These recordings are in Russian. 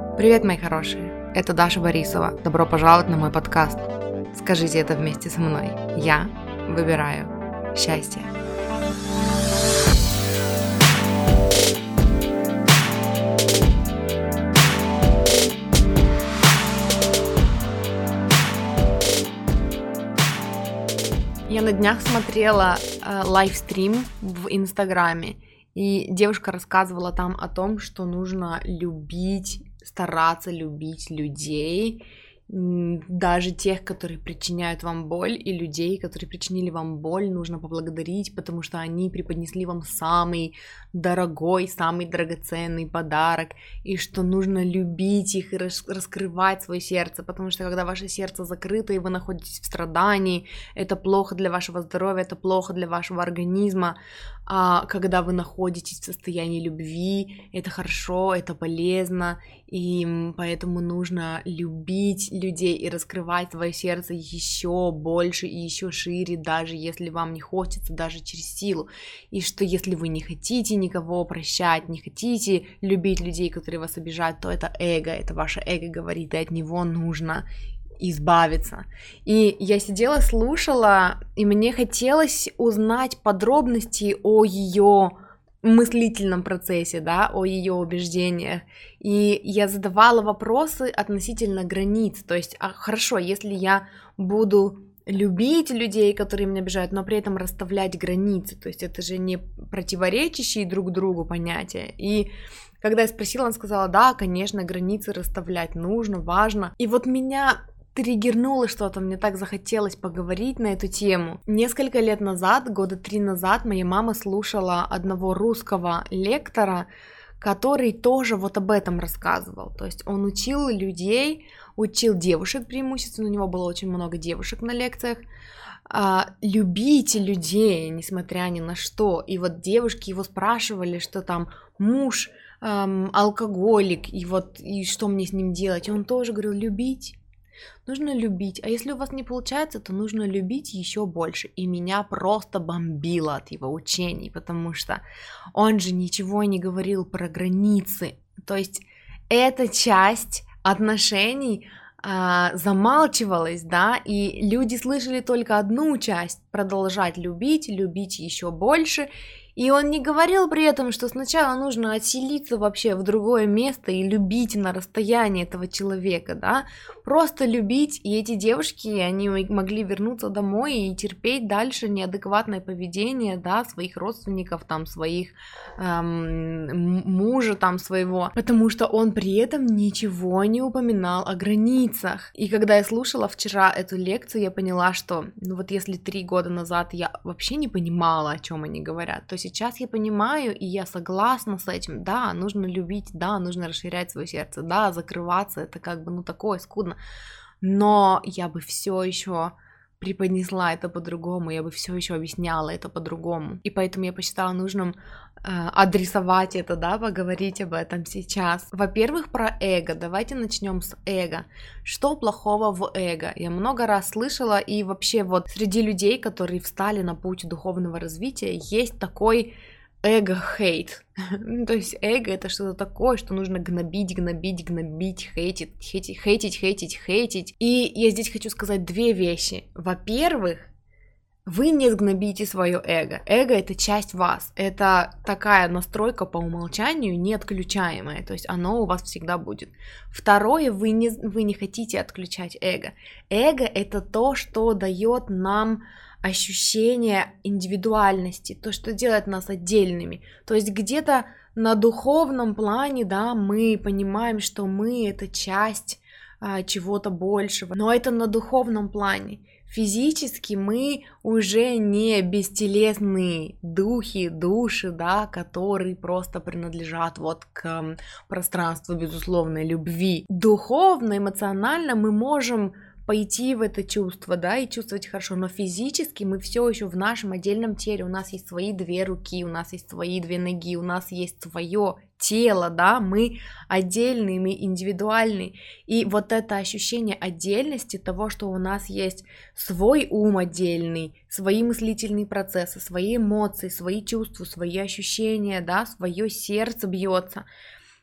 Привет, мои хорошие! Это Даша Борисова. Добро пожаловать на мой подкаст. Скажите это вместе со мной. Я выбираю счастье. Я на днях смотрела лайвстрим в Инстаграме, и девушка рассказывала там о том, что нужно стараться любить людей, даже тех, которые причиняют вам боль, и людей, которые причинили вам боль, нужно поблагодарить, потому что они преподнесли вам самый дорогой, самый драгоценный подарок, и что нужно любить их и раскрывать свое сердце, потому что когда ваше сердце закрыто, и вы находитесь в страдании, это плохо для вашего здоровья, это плохо для вашего организма, а когда вы находитесь в состоянии любви, это хорошо, это полезно, и поэтому нужно любить людей и раскрывать свое сердце еще больше и еще шире, даже если вам не хочется, даже через силу. И что если вы не хотите никого прощать, не хотите любить людей, которые вас обижают, то это эго, это ваше эго говорит, и от него нужно избавиться. И я сидела, слушала, и мне хотелось узнать подробности о ее мыслительном процессе, да, о ее убеждениях. И я задавала вопросы относительно границ. То есть, хорошо, если я буду любить людей, которые меня обижают, но при этом расставлять границы, то есть это же не противоречащие друг другу понятия. И когда я спросила, она сказала, да, конечно, границы расставлять нужно, важно. И вот меня триггернуло что-то, мне так захотелось поговорить на эту тему. Несколько лет назад, года 3 назад, моя мама слушала одного русского лектора, который тоже вот об этом рассказывал. То есть он учил людей, учил девушек преимущественно, у него было очень много девушек на лекциях, любите людей, несмотря ни на что. И вот девушки его спрашивали, что там муж алкоголик, и что мне с ним делать? И он тоже говорил, любить. Нужно любить, а если у вас не получается, то нужно любить еще больше. И меня просто бомбило от его учений, потому что он же ничего не говорил про границы. То есть эта часть отношений замалчивалась, да, и люди слышали только одну часть: продолжать любить еще больше. И он не говорил при этом, что сначала нужно отселиться вообще в другое место и любить на расстоянии этого человека, да, просто любить, и эти девушки, они могли вернуться домой и терпеть дальше неадекватное поведение, да, своих родственников, там, своих мужа, там, своего, потому что он при этом ничего не упоминал о границах. И когда я слушала вчера эту лекцию, я поняла, что, вот если 3 года назад я вообще не понимала, о чем они говорят, то сейчас я понимаю, и я согласна с этим. Да, нужно любить, да, нужно расширять свое сердце, да, закрываться, это как бы, такое скудно. Но я бы все еще преподнесла это по-другому, я бы все еще объясняла это по-другому. И поэтому я посчитала нужным адресовать это, да, поговорить об этом сейчас. Во-первых, про эго. Давайте начнем с эго. Что плохого в эго? Я много раз слышала, и вообще вот среди людей, которые встали на путь духовного развития, есть такой эго-хейт. То есть эго — это что-то такое, что нужно гнобить, хейтить. И я здесь хочу сказать 2 вещи. Во-первых, вы не сгнобите свое эго. Эго — это часть вас. Это такая настройка по умолчанию неотключаемая. То есть оно у вас всегда будет. Второе, вы не хотите отключать эго. Эго — это то, что дает нам ощущение индивидуальности, то, что делает нас отдельными. То есть где-то на духовном плане, да, мы понимаем, что мы — это часть чего-то большего, но это на духовном плане. Физически мы уже не бестелесные души, да, которые просто принадлежат вот к пространству безусловной любви. Духовно, эмоционально мы можем пойти в это чувство, да, и чувствовать хорошо, но физически мы все еще в нашем отдельном теле, у нас есть свои 2 руки, у нас есть свои 2 ноги, у нас есть свое тело, да, мы отдельные, мы индивидуальные, и вот это ощущение отдельности, того, что у нас есть свой ум отдельный, свои мыслительные процессы, свои эмоции, свои чувства, свои ощущения, да, свое сердце бьется,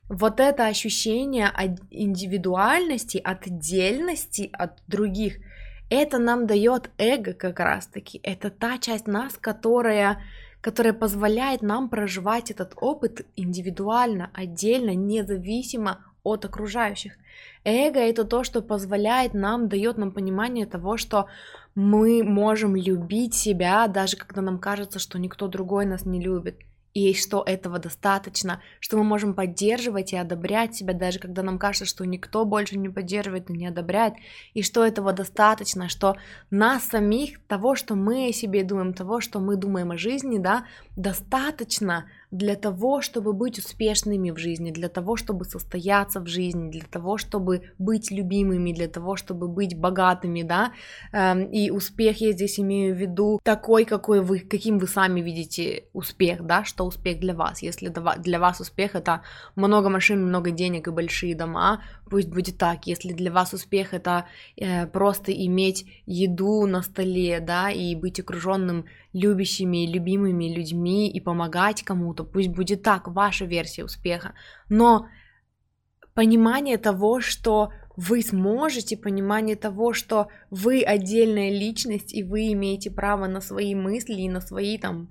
Вот это ощущение индивидуальности, отдельности от других, это нам дает эго как раз-таки. Это та часть нас, которая позволяет нам проживать этот опыт индивидуально, отдельно, независимо от окружающих. Эго — это то, что позволяет нам, дает нам понимание того, что мы можем любить себя, даже когда нам кажется, что никто другой нас не любит. И что этого достаточно, что мы можем поддерживать и одобрять себя, даже когда нам кажется, что никто больше не поддерживает и не одобряет, и что этого достаточно, что нас самих, того, что мы о себе думаем, того, что мы думаем о жизни, да, достаточно для того, чтобы быть успешными в жизни, для того, чтобы состояться в жизни, для того, чтобы быть любимыми, для того, чтобы быть богатыми, да, и успех я здесь имею в виду такой, каким вы сами видите успех, да, что успех для вас. Если для вас успех — это много машин, много денег и большие дома, пусть будет так. Если для вас успех — это просто иметь еду на столе, да, и быть окруженным любящими и любимыми людьми и помогать кому-то, пусть будет так, ваша версия успеха. Но понимание того, что вы сможете, понимание того, что вы отдельная личность, и вы имеете право на свои мысли и на свои там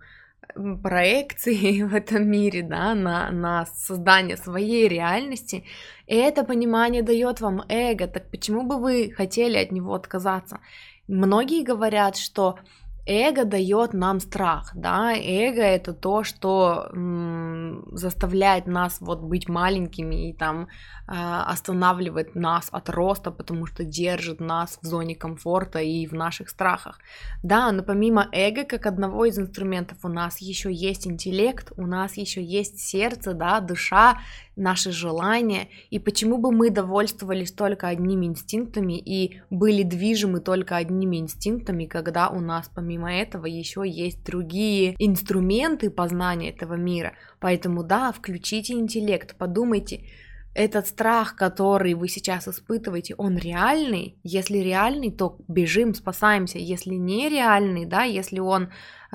проекции в этом мире, да, на создание своей реальности, и это понимание дает вам эго. Так почему бы вы хотели от него отказаться? Многие говорят, что эго дает нам страх, да, эго — это то, что заставляет нас вот быть маленькими и там останавливает нас от роста, потому что держит нас в зоне комфорта и в наших страхах. Да, но помимо эго, как одного из инструментов, у нас еще есть интеллект, у нас еще есть сердце, да, душа, наши желания, и почему бы мы довольствовались только одними инстинктами и были движимы только одними инстинктами, когда у нас помимо этого еще есть другие инструменты познания этого мира. Поэтому да, включите интеллект, подумайте, этот страх, который вы сейчас испытываете, он реальный? Если реальный, то бежим, спасаемся. Если нереальный, да, если он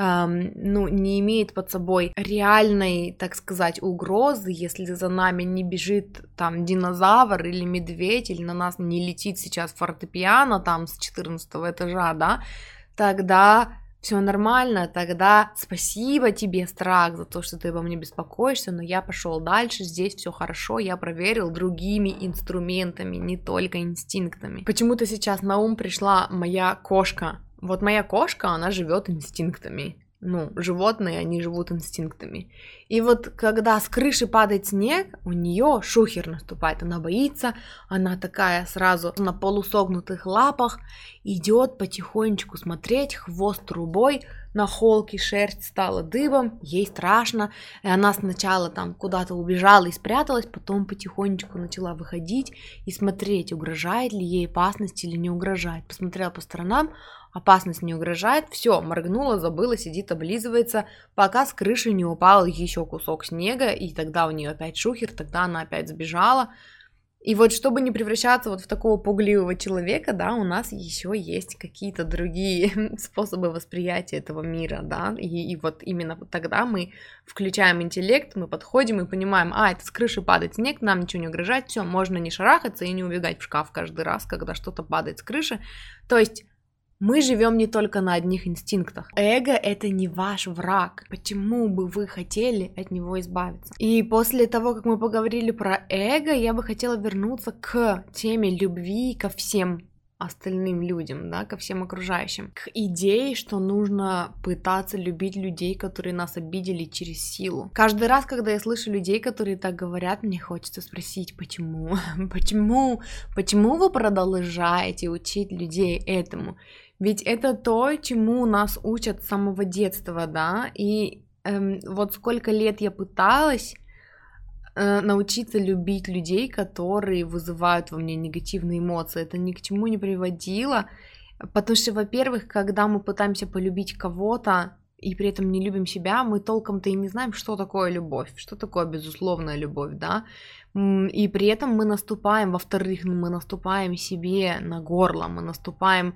не имеет под собой реальной, так сказать, угрозы, если за нами не бежит там динозавр или медведь, или на нас не летит сейчас фортепиано там с 14 этажа, да, тогда все нормально, тогда спасибо тебе, страх, за то, что ты обо мне беспокоишься, но я пошел дальше, здесь все хорошо, я проверил другими инструментами, не только инстинктами. Почему-то сейчас на ум пришла моя кошка. Вот моя кошка, она живет инстинктами. Животные, они живут инстинктами. И вот когда с крыши падает снег, у нее шухер наступает, она боится, она такая сразу на полусогнутых лапах идет потихонечку смотреть, хвост трубой, на холке шерсть стала дыбом, ей страшно, и она сначала там куда-то убежала и спряталась, потом потихонечку начала выходить и смотреть, угрожает ли ей опасность или не угрожает. Посмотрела по сторонам, опасность не угрожает, все, моргнула, забыла, сидит, облизывается, пока с крыши не упал еще кусок снега, и тогда у нее опять шухер, тогда она опять сбежала. И вот чтобы не превращаться вот в такого пугливого человека, да, у нас еще есть какие-то другие способы восприятия этого мира, да, и вот именно тогда мы включаем интеллект, мы подходим и понимаем, это с крыши падает снег, нам ничего не угрожает, все, можно не шарахаться и не убегать в шкаф каждый раз, когда что-то падает с крыши, то есть мы живем не только на одних инстинктах. Эго — это не ваш враг. Почему бы вы хотели от него избавиться? И после того, как мы поговорили про эго, я бы хотела вернуться к теме любви ко всем остальным людям, да, ко всем окружающим. К идее, что нужно пытаться любить людей, которые нас обидели через силу. Каждый раз, когда я слышу людей, которые так говорят, мне хочется спросить, почему? Почему вы продолжаете учить людей этому? Ведь это то, чему нас учат с самого детства, да, и вот сколько лет я пыталась научиться любить людей, которые вызывают во мне негативные эмоции, это ни к чему не приводило, потому что, во-первых, когда мы пытаемся полюбить кого-то и при этом не любим себя, мы толком-то и не знаем, что такое любовь, что такое безусловная любовь, да, и при этом мы наступаем, во-вторых, мы наступаем себе на горло, мы наступаем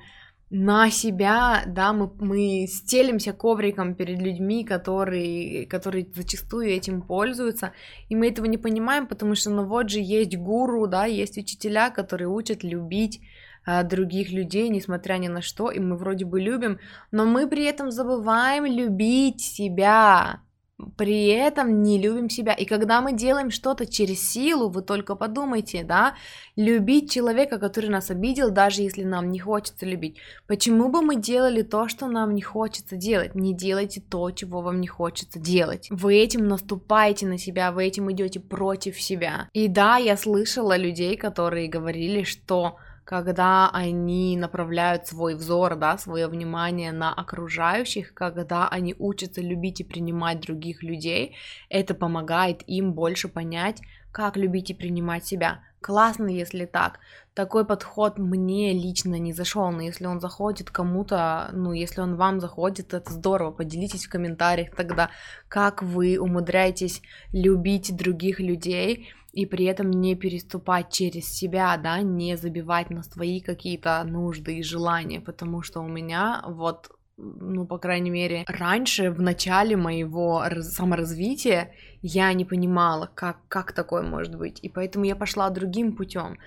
на себя, да, мы стелимся ковриком перед людьми, которые зачастую этим пользуются, и мы этого не понимаем, потому что, ну вот же есть гуру, да, есть учителя, которые учат любить других людей, несмотря ни на что, и мы вроде бы любим, но мы при этом забываем любить себя, при этом не любим себя. И когда мы делаем что-то через силу, вы только подумайте, да, любить человека, который нас обидел, даже если нам не хочется любить. Почему бы мы делали то, что нам не хочется делать? Не делайте то, чего вам не хочется делать. Вы этим наступаете на себя, вы этим идете против себя. И да, я слышала людей, которые говорили, что когда они направляют свой взор, да, свое внимание на окружающих, когда они учатся любить и принимать других людей, это помогает им больше понять, как любить и принимать себя. Классно, если так. Такой подход мне лично не зашел, но если он заходит кому-то, ну, если он вам заходит, это здорово, поделитесь в комментариях тогда, как вы умудряетесь любить других людей, и при этом не переступать через себя, да, не забивать на свои какие-то нужды и желания, потому что у меня вот, ну, по крайней мере, раньше, в начале моего саморазвития, я не понимала, как такое может быть, и поэтому я пошла другим путем.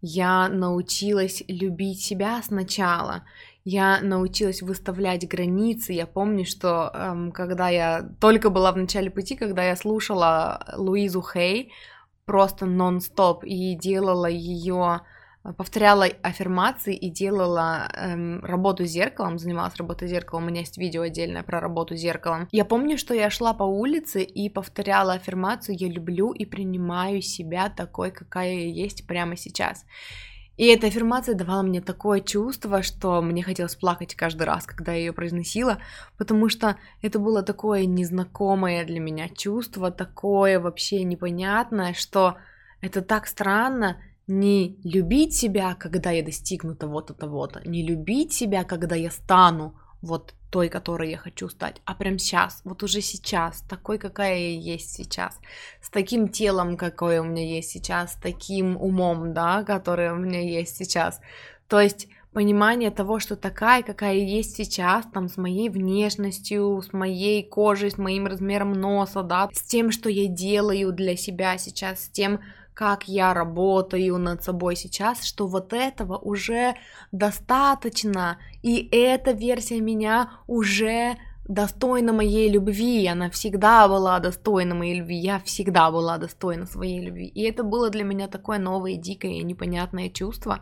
Я научилась любить себя сначала, я научилась выставлять границы. Я помню, что когда я только была в начале пути, когда я слушала Луизу Хей, просто нон-стоп, и делала ее, повторяла аффирмации и делала работу с зеркалом, занималась работой с зеркалом, у меня есть видео отдельное про работу с зеркалом. Я помню, что я шла по улице и повторяла аффирмацию «Я люблю и принимаю себя такой, какая я есть прямо сейчас». И эта аффирмация давала мне такое чувство, что мне хотелось плакать каждый раз, когда я ее произносила, потому что это было такое незнакомое для меня чувство, такое вообще непонятное, что это так странно не любить себя, когда я достигну того-то, того-то, не любить себя, когда я стану вот той, которой я хочу стать, а прям сейчас, вот уже сейчас, такой, какая я есть сейчас, с таким телом, какое у меня есть сейчас, с таким умом, да, который у меня есть сейчас, то есть понимание того, что такая, какая я есть сейчас, там, с моей внешностью, с моей кожей, с моим размером носа, да, с тем, что я делаю для себя сейчас, с тем, как я работаю над собой сейчас, что вот этого уже достаточно, и эта версия меня уже достойна моей любви, она всегда была достойна моей любви, я всегда была достойна своей любви, и это было для меня такое новое, дикое, непонятное чувство,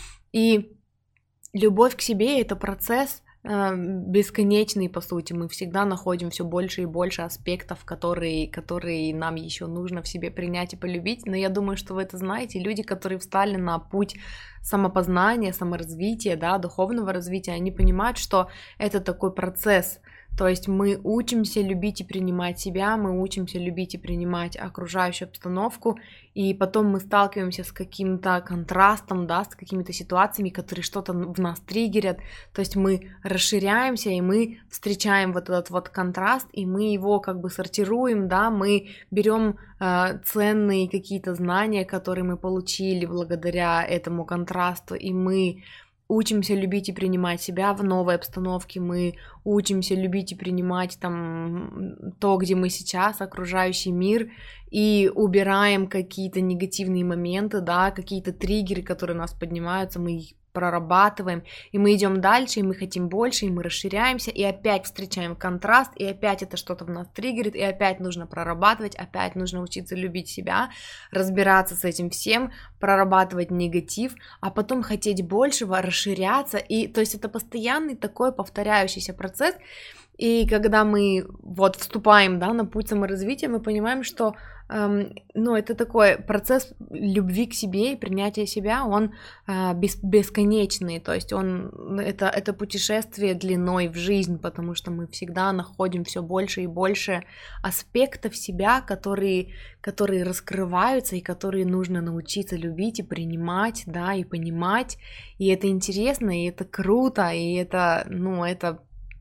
и любовь к себе — это процесс бесконечный, по сути, мы всегда находим все больше и больше аспектов, которые нам еще нужно в себе принять и полюбить, но я думаю, что вы это знаете, люди, которые встали на путь самопознания, саморазвития, да, духовного развития, они понимают, что это такой процесс. То есть мы учимся любить и принимать себя, мы учимся любить и принимать окружающую обстановку, и потом мы сталкиваемся с каким-то контрастом, да, с какими-то ситуациями, которые что-то в нас триггерят, то есть мы расширяемся, и мы встречаем вот этот вот контраст, и мы его как бы сортируем, да, мы берем ценные какие-то знания, которые мы получили благодаря этому контрасту, и мы учимся любить и принимать себя в новой обстановке, мы учимся любить и принимать там то, где мы сейчас, окружающий мир, и убираем какие-то негативные моменты, да, какие-то триггеры, которые у нас поднимаются, мы их прорабатываем, и мы идем дальше, и мы хотим больше, и мы расширяемся, и опять встречаем контраст, и опять это что-то в нас триггерит, и опять нужно прорабатывать, опять нужно учиться любить себя, разбираться с этим всем, прорабатывать негатив, а потом хотеть большего, расширяться, и то есть это постоянный такой повторяющийся процесс, и когда мы вот вступаем, да, на путь саморазвития, мы понимаем, что ну, это такой процесс любви к себе и принятия себя, он бесконечный, то есть это путешествие длиной в жизнь, потому что мы всегда находим все больше и больше аспектов себя, которые раскрываются и которые нужно научиться любить и принимать, да, и понимать, и это интересно, и это круто, и это, ну, это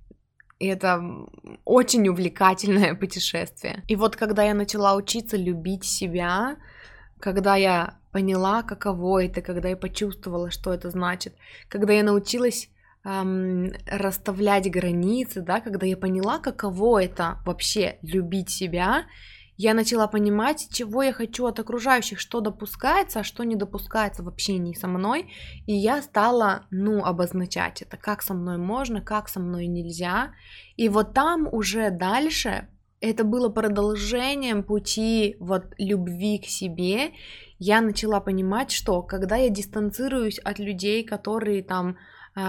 очень увлекательное путешествие. И вот когда я начала учиться любить себя, когда я поняла, каково это, когда я почувствовала, что это значит, когда я научилась расставлять границы, да, когда я поняла, каково это вообще любить себя, я начала понимать, чего я хочу от окружающих, что допускается, а что не допускается в общении со мной, и я стала, обозначать это, как со мной можно, как со мной нельзя, и вот там уже дальше это было продолжением пути вот любви к себе. Я начала понимать, что когда я дистанцируюсь от людей, которые там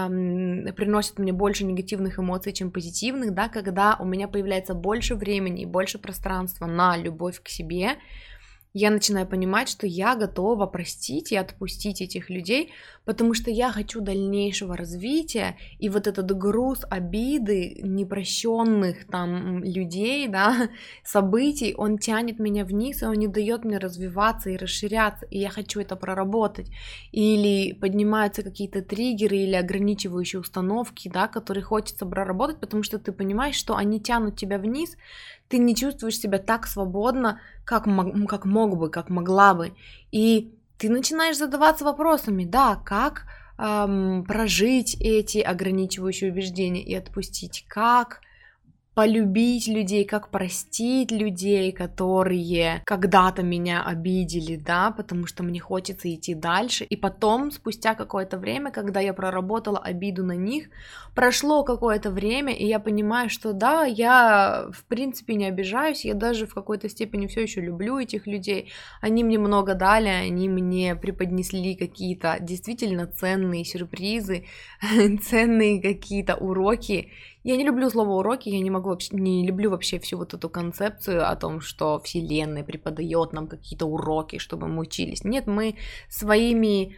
приносят мне больше негативных эмоций, чем позитивных, да, когда у меня появляется больше времени и больше пространства на любовь к себе, я начинаю понимать, что я готова простить и отпустить этих людей, потому что я хочу дальнейшего развития, и вот этот груз обиды, непрощенных там людей, да, событий, он тянет меня вниз, и он не дает мне развиваться и расширяться, и я хочу это проработать. Или поднимаются какие-то триггеры или ограничивающие установки, да, которые хочется проработать, потому что ты понимаешь, что они тянут тебя вниз, ты не чувствуешь себя так свободно, как мог бы, как могла бы. И ты начинаешь задаваться вопросами, да, как прожить эти ограничивающие убеждения и отпустить, как полюбить людей, как простить людей, которые когда-то меня обидели, да, потому что мне хочется идти дальше. И потом, спустя какое-то время, когда я проработала обиду на них, прошло какое-то время, и я понимаю, что да, я в принципе не обижаюсь, я даже в какой-то степени все еще люблю этих людей. Они мне много дали, они мне преподнесли какие-то действительно ценные сюрпризы, ценные какие-то уроки. Я не люблю слово уроки, я не люблю вообще всю вот эту концепцию о том, что Вселенная преподает нам какие-то уроки, чтобы мы учились. Нет, мы своими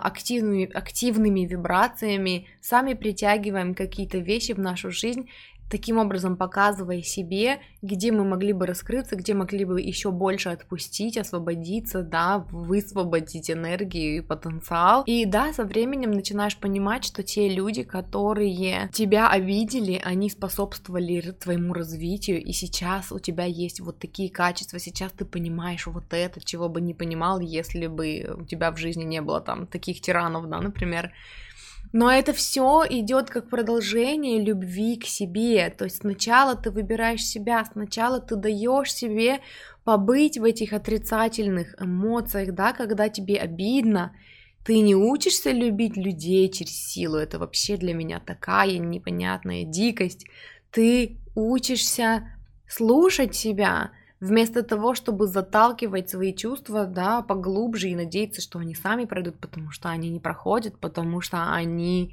активными вибрациями сами притягиваем какие-то вещи в нашу жизнь, таким образом показывая себе, где мы могли бы раскрыться, где могли бы еще больше отпустить, освободиться, да, высвободить энергию и потенциал. И да, со временем начинаешь понимать, что те люди, которые тебя обидели, они способствовали твоему развитию, и сейчас у тебя есть вот такие качества, сейчас ты понимаешь вот это, чего бы не понимал, если бы у тебя в жизни не было там таких тиранов, да, например. Но это все идет как продолжение любви к себе. То есть сначала ты выбираешь себя, сначала ты даешь себе побыть в этих отрицательных эмоциях, да, когда тебе обидно. Ты не учишься любить людей через силу. Это вообще для меня такая непонятная дикость. Ты учишься слушать себя, вместо того, чтобы заталкивать свои чувства, да, поглубже и надеяться, что они сами пройдут, потому что они не проходят, потому что они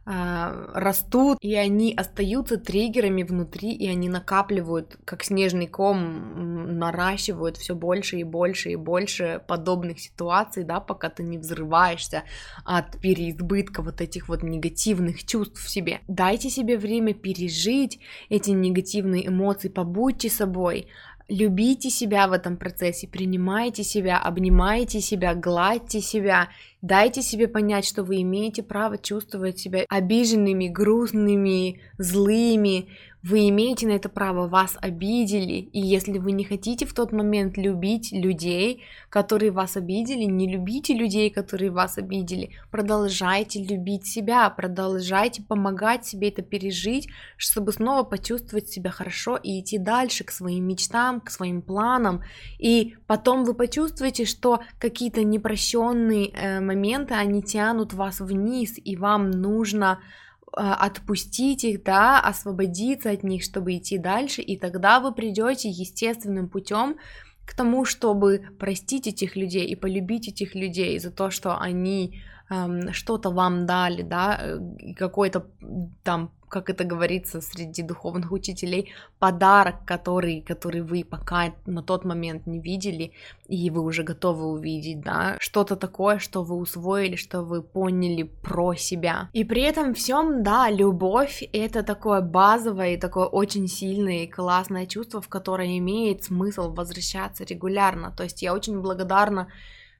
растут, и они остаются триггерами внутри, и они накапливают, как снежный ком, наращивают все больше и больше и больше подобных ситуаций, да, пока ты не взрываешься от переизбытка вот этих вот негативных чувств в себе. Дайте себе время пережить эти негативные эмоции, побудьте собой, любите себя в этом процессе, принимайте себя, обнимайте себя, гладьте себя, дайте себе понять, что вы имеете право чувствовать себя обиженными, грустными, злыми. Вы имеете на это право, вас обидели, и если вы не хотите в тот момент любить людей, которые вас обидели, не любите людей, которые вас обидели, продолжайте любить себя, продолжайте помогать себе это пережить, чтобы снова почувствовать себя хорошо и идти дальше к своим мечтам, к своим планам, и потом вы почувствуете, что какие-то непрощенные моменты, они тянут вас вниз, и вам нужно отпустить их, да, освободиться от них, чтобы идти дальше, и тогда вы придете естественным путем к тому, чтобы простить этих людей и полюбить этих людей за то, что они что-то вам дали, да, какой-то там, как это говорится среди духовных учителей, подарок, который вы пока на тот момент не видели, и вы уже готовы увидеть, да, что-то такое, что вы усвоили, что вы поняли про себя. И при этом всем, да, любовь — это такое базовое и такое очень сильное и классное чувство, в которое имеет смысл возвращаться регулярно. То есть я очень благодарна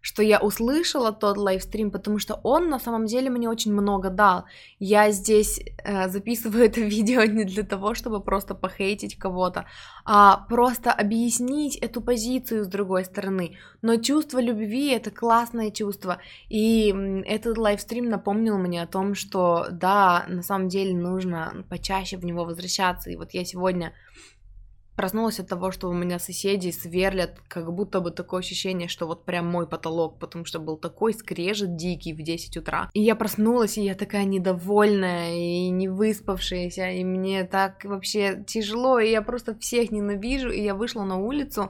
что я услышала тот лайвстрим, потому что он на самом деле мне очень много дал. Я здесь записываю это видео не для того, чтобы просто похейтить кого-то, а просто объяснить эту позицию с другой стороны. Но чувство любви — это классное чувство, и этот лайвстрим напомнил мне о том, что да, на самом деле нужно почаще в него возвращаться. И вот я сегодня проснулась от того, что у меня соседи сверлят, как будто бы такое ощущение, что вот прям мой потолок, потому что был такой скрежет дикий в 10 утра. И я проснулась, и я такая недовольная, и не выспавшаяся, и мне так вообще тяжело, и я просто всех ненавижу, и я вышла на улицу,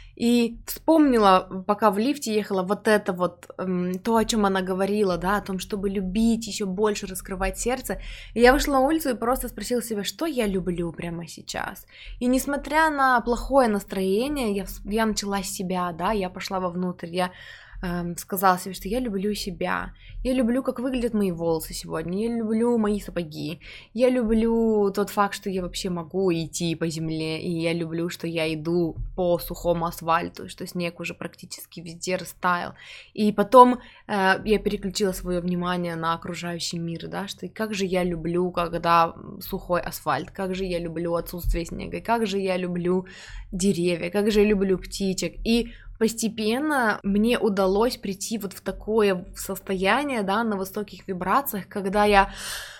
и вспомнила, пока в лифте ехала, вот это вот, то, о чем она говорила, да, о том, чтобы любить, еще больше раскрывать сердце. И я вышла на улицу и просто спросила себя, что я люблю прямо сейчас. И несмотря на плохое настроение, я начала с себя, да, я пошла вовнутрь, я сказала себе, что я люблю себя, я люблю, как выглядят мои волосы сегодня, я люблю мои сапоги, я люблю тот факт, что я вообще могу идти по земле, и я люблю, что я иду по сухому асфальту, что снег уже практически везде растаял. И потом я переключила свое внимание на окружающий мир, да, что как же я люблю, когда сухой асфальт, как же я люблю отсутствие снега, как же я люблю деревья, как же я люблю птичек. И постепенно мне удалось прийти вот в такое состояние, да, на высоких вибрациях, когда я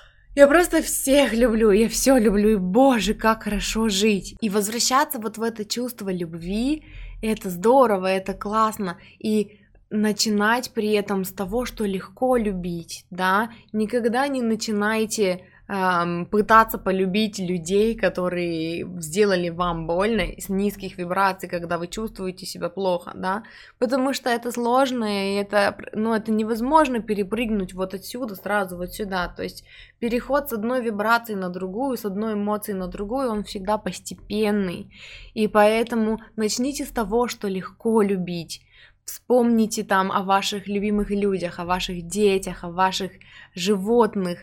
просто всех люблю, я все люблю, и, боже, как хорошо жить. И возвращаться вот в это чувство любви, это здорово, это классно, и начинать при этом с того, что легко любить, да, никогда не начинайте пытаться полюбить людей, которые сделали вам больно, с низких вибраций, когда вы чувствуете себя плохо, да, потому что это сложно, и это невозможно перепрыгнуть вот отсюда сразу вот сюда, то есть переход с одной вибрации на другую, с одной эмоции на другую, он всегда постепенный, и поэтому начните с того, что легко любить. Вспомните там о ваших любимых людях, о ваших детях, о ваших животных,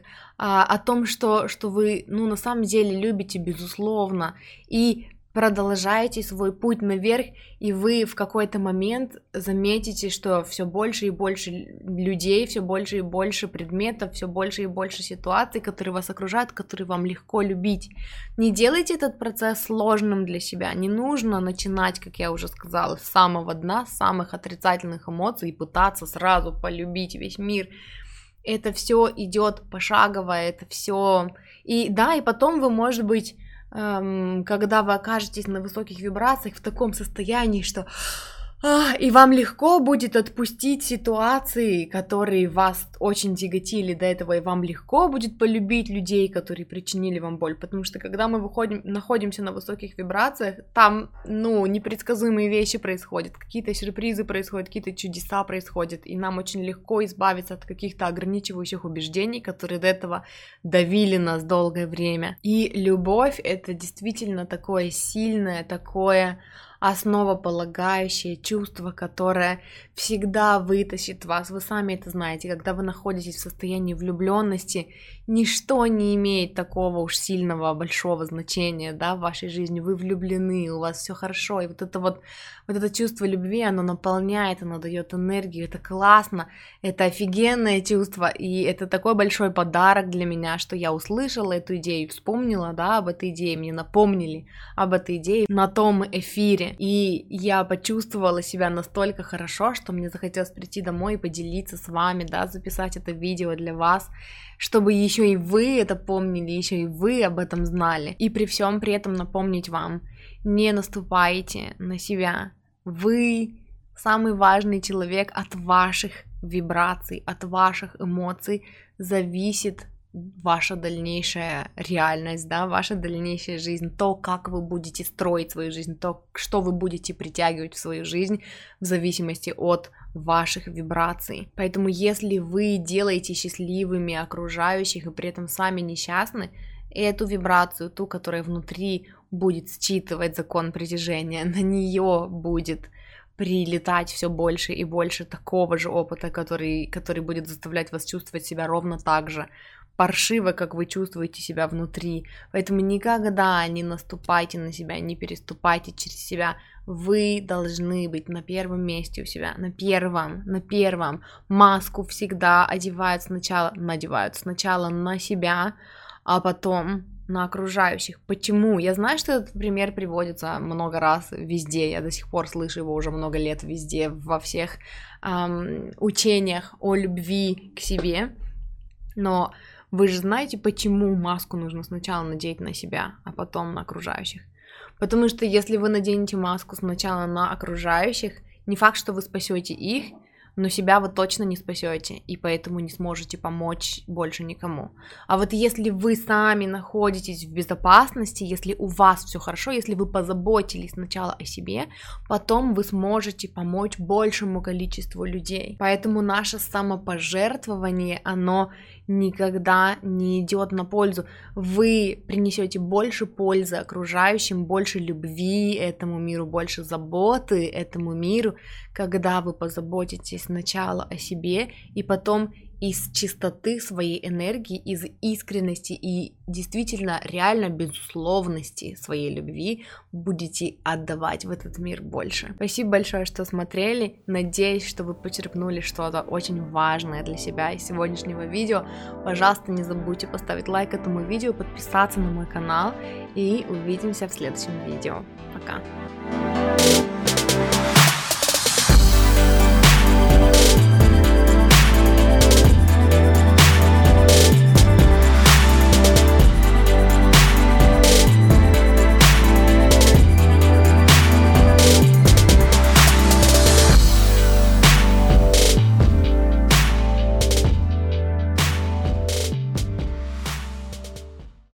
о том, что вы, на самом деле любите, безусловно, и продолжаете свой путь наверх, и вы в какой-то момент заметите, что все больше и больше людей, все больше и больше предметов, все больше и больше ситуаций, которые вас окружают, которые вам легко любить. Не делайте этот процесс сложным для себя, не нужно начинать, как я уже сказала, с самого дна, с самых отрицательных эмоций и пытаться сразу полюбить весь мир. Это все идет пошагово, это все. И да, и потом вы, может быть, когда вы окажетесь на высоких вибрациях в таком состоянии, что и вам легко будет отпустить ситуации, которые вас очень тяготили до этого, и вам легко будет полюбить людей, которые причинили вам боль, потому что когда мы находимся на высоких вибрациях, там, непредсказуемые вещи происходят, какие-то сюрпризы происходят, какие-то чудеса происходят, и нам очень легко избавиться от каких-то ограничивающих убеждений, которые до этого давили нас долгое время. И любовь — это действительно такое сильное, такое основополагающее чувство, которое всегда вытащит вас. Вы сами это знаете, когда вы находитесь в состоянии влюбленности, ничто не имеет такого уж сильного, большого значения, да, в вашей жизни. Вы влюблены, у вас все хорошо, и вот это чувство любви, оно наполняет, оно дает энергию, это классно, это офигенное чувство, и это такой большой подарок для меня, что я услышала эту идею, вспомнила, да, об этой идее, мне напомнили об этой идее на том эфире, и я почувствовала себя настолько хорошо, что мне захотелось прийти домой и поделиться с вами, да, записать это видео для вас, чтобы еще и вы это помнили, еще и вы об этом знали, и при всем при этом напомнить вам: не наступайте на себя, вы самый важный человек, от ваших вибраций, от ваших эмоций зависит ваша дальнейшая реальность, да, ваша дальнейшая жизнь, то, как вы будете строить свою жизнь, то, что вы будете притягивать в свою жизнь в зависимости от ваших вибраций. Поэтому если вы делаете счастливыми окружающих и при этом сами несчастны, эту вибрацию, ту, которая внутри будет считывать закон притяжения, на нее будет прилетать все больше и больше такого же опыта, который будет заставлять вас чувствовать себя ровно так же паршиво, как вы чувствуете себя внутри. Поэтому никогда не наступайте на себя, не переступайте через себя. Вы должны быть на первом месте у себя, на первом. Маску всегда надевают сначала на себя, а потом на окружающих. Почему? Я знаю, что этот пример приводится много раз везде, я до сих пор слышу его уже много лет везде, во всех учениях о любви к себе, но вы же знаете, почему маску нужно сначала надеть на себя, а потом на окружающих? Потому что если вы наденете маску сначала на окружающих, не факт, что вы спасете их, но себя вы точно не спасете, и поэтому не сможете помочь больше никому. А вот если вы сами находитесь в безопасности, если у вас все хорошо, если вы позаботились сначала о себе, потом вы сможете помочь большему количеству людей. Поэтому наше самопожертвование, оно никогда не идет на пользу. Вы принесете больше пользы окружающим, больше любви этому миру, больше заботы этому миру, когда вы позаботитесь сначала о себе и потом из чистоты своей энергии, из искренности и действительно реально безусловности своей любви будете отдавать в этот мир больше. Спасибо большое, что смотрели. Надеюсь, что вы почерпнули что-то очень важное для себя из сегодняшнего видео. Пожалуйста, не забудьте поставить лайк этому видео, подписаться на мой канал и увидимся в следующем видео. Пока!